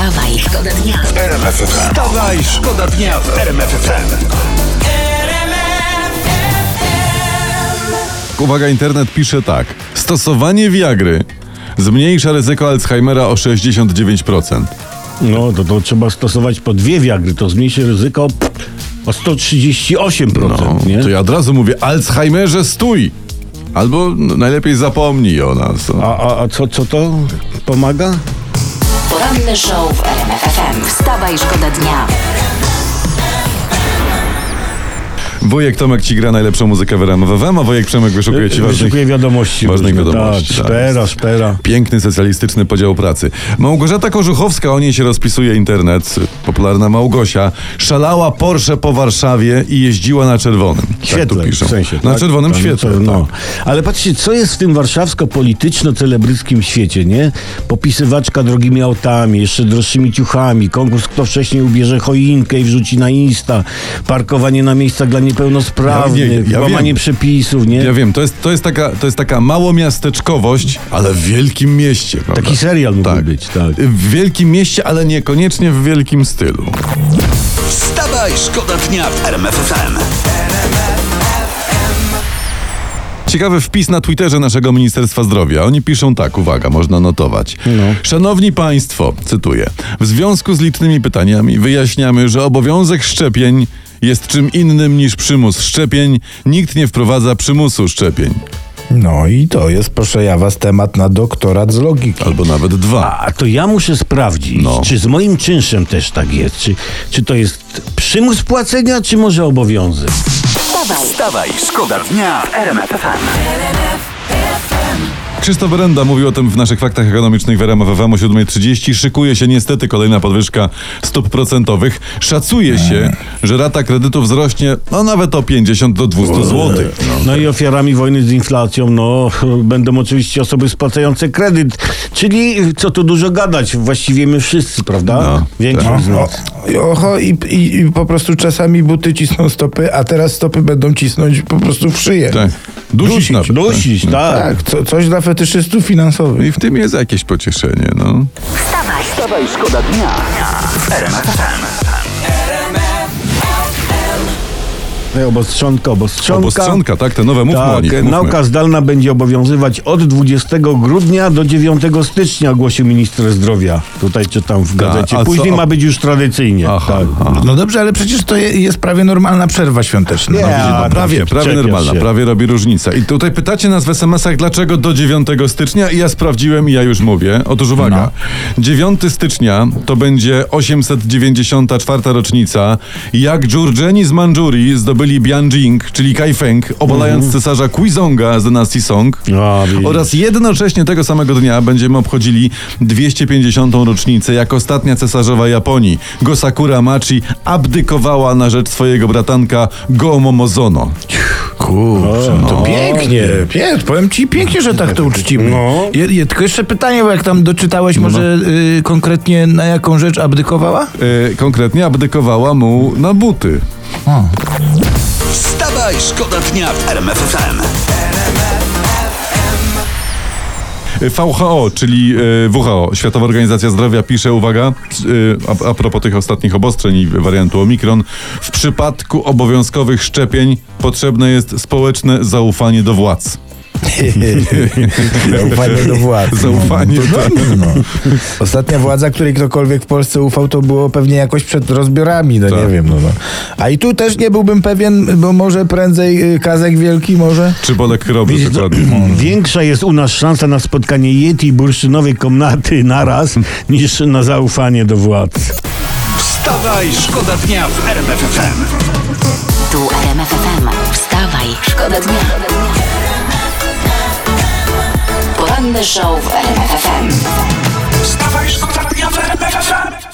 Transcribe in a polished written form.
Wstawaj, szkoda dnia w RMF FM. Wstawaj, szkoda dnia w RMF FM. Uwaga, internet pisze tak. Stosowanie Viagry zmniejsza ryzyko Alzheimera o 69%. No to trzeba stosować po 2 Viagry, to zmniejszy ryzyko o 138%, nie? To ja od razu mówię, Alzheimerze stój! Albo najlepiej zapomnij o nas. A co to pomaga? Poranny show w RMF FM. Wstawaj, szkoda dnia. Wujek Tomek ci gra najlepszą muzykę w RMF FM, a wujek Przemek wyszukuje ci Wyszukuje wiadomości. ważnych wiadomości. Tak, szpera. Piękny socjalistyczny podział pracy. Małgorzata Korzuchowska, o niej się rozpisuje internet, popularna Małgosia, szalała Porsche po Warszawie i jeździła na czerwonym. Świetle, tak tu piszą. w sensie, na tak? czerwonym Tam, świetle. no. Tak. Ale patrzcie, co jest w tym warszawsko-polityczno-celebryckim świecie, nie? Popisywaczka drogimi autami, jeszcze droższymi ciuchami, konkurs, kto wcześniej ubierze choinkę i wrzuci na Insta, parkowanie na miejscach dla niepełnosprawnych, Ja łamanie wiem. przepisów, nie? Ja wiem, to jest taka małomiasteczkowość, ale w wielkim mieście. Prawda? Taki serial mógł być, tak. W wielkim mieście, ale niekoniecznie w wielkim stylu. Wstawaj, szkoda dnia w RMF FM. Ciekawy wpis na Twitterze naszego Ministerstwa Zdrowia. Oni piszą tak, uwaga, można notować. Szanowni Państwo, cytuję, w związku z licznymi pytaniami wyjaśniamy, że obowiązek szczepień jest czym innym niż przymus szczepień. Nikt nie wprowadza przymusu szczepień. No i to jest, proszę ja was, temat na doktorat z logiki. Albo nawet 2. A to ja muszę sprawdzić, czy z moim czynszem też tak jest. Czy to jest przymus płacenia, czy może obowiązek? Wstawaj, szkoda dnia w RMF FM. Krzysztof Brenda mówił o tym w naszych faktach ekonomicznych w RMF FM o 7:30. Szykuje się niestety kolejna podwyżka stóp procentowych. Szacuje się, że rata kredytu wzrośnie nawet o 50 do 200 zł. No i ofiarami wojny z inflacją, będą oczywiście osoby spłacające kredyt. Czyli, co tu dużo gadać, właściwie my wszyscy, prawda? Większość z nas. Oho, i po prostu czasami buty cisną stopy, a teraz stopy będą cisnąć po prostu w szyję. Tak. Dusić nawet. Dusić, tak. Tak, coś dla fetyszystów finansowych. I w tym jest jakieś pocieszenie, Wstawaj, szkoda dnia w RMF FM. Obostrzonka. Obostrzonka, tak, te nowe, mówmy o nich. Mówmy. Nauka zdalna będzie obowiązywać od 20 grudnia do 9 stycznia, ogłosił minister zdrowia. Tutaj czytam w gazecie. a Później co? ma być już tradycyjnie. Aha. No dobrze, ale przecież to jest prawie normalna przerwa świąteczna. Prawie normalna, się. prawie robi różnicę. I tutaj pytacie nas w SMS-ach, dlaczego do 9 stycznia? I ja sprawdziłem i ja już mówię. Otóż uwaga, 9 stycznia to będzie 894. rocznica, jak Dżurdżeni z Mandżurii zdobyli Bianjing, czyli Kaifeng, obalając cesarza Kuizonga z dynastii Song. Oraz jednocześnie tego samego dnia będziemy obchodzili 250. rocznicę, jak ostatnia cesarzowa Japonii, Gosakura Machi, abdykowała na rzecz swojego bratanka Go-Momozono. Kurczę, to pięknie. Powiem ci pięknie, że tak to uczcimy. Tylko jeszcze pytanie, bo jak tam doczytałeś, może konkretnie na jaką rzecz abdykowała? Konkretnie abdykowała mu na buty. Wstawaj, szkoda dnia w RMF FM. WHO, czyli WHO, Światowa Organizacja Zdrowia, pisze, uwaga, a propos tych ostatnich obostrzeń i wariantu Omikron, w przypadku obowiązkowych szczepień potrzebne jest społeczne zaufanie do władz. Zaufanie do władzy. Zaufanie, No. Ostatnia władza, której ktokolwiek w Polsce ufał, to było pewnie jakoś przed rozbiorami, nie wiem. A i tu też nie byłbym pewien, bo może prędzej Kazek Wielki może? Czy Bolek Chrobry, dokładnie. Większa jest u nas szansa na spotkanie Yeti i bursztynowej komnaty naraz, niż na zaufanie do władz. Wstawaj, szkoda dnia w RMF FM. Tu RMF FM. Wstawaj, szkoda dnia. Poranny show w RMF FM. Wstawaj, szkoda dnia w RMF FM.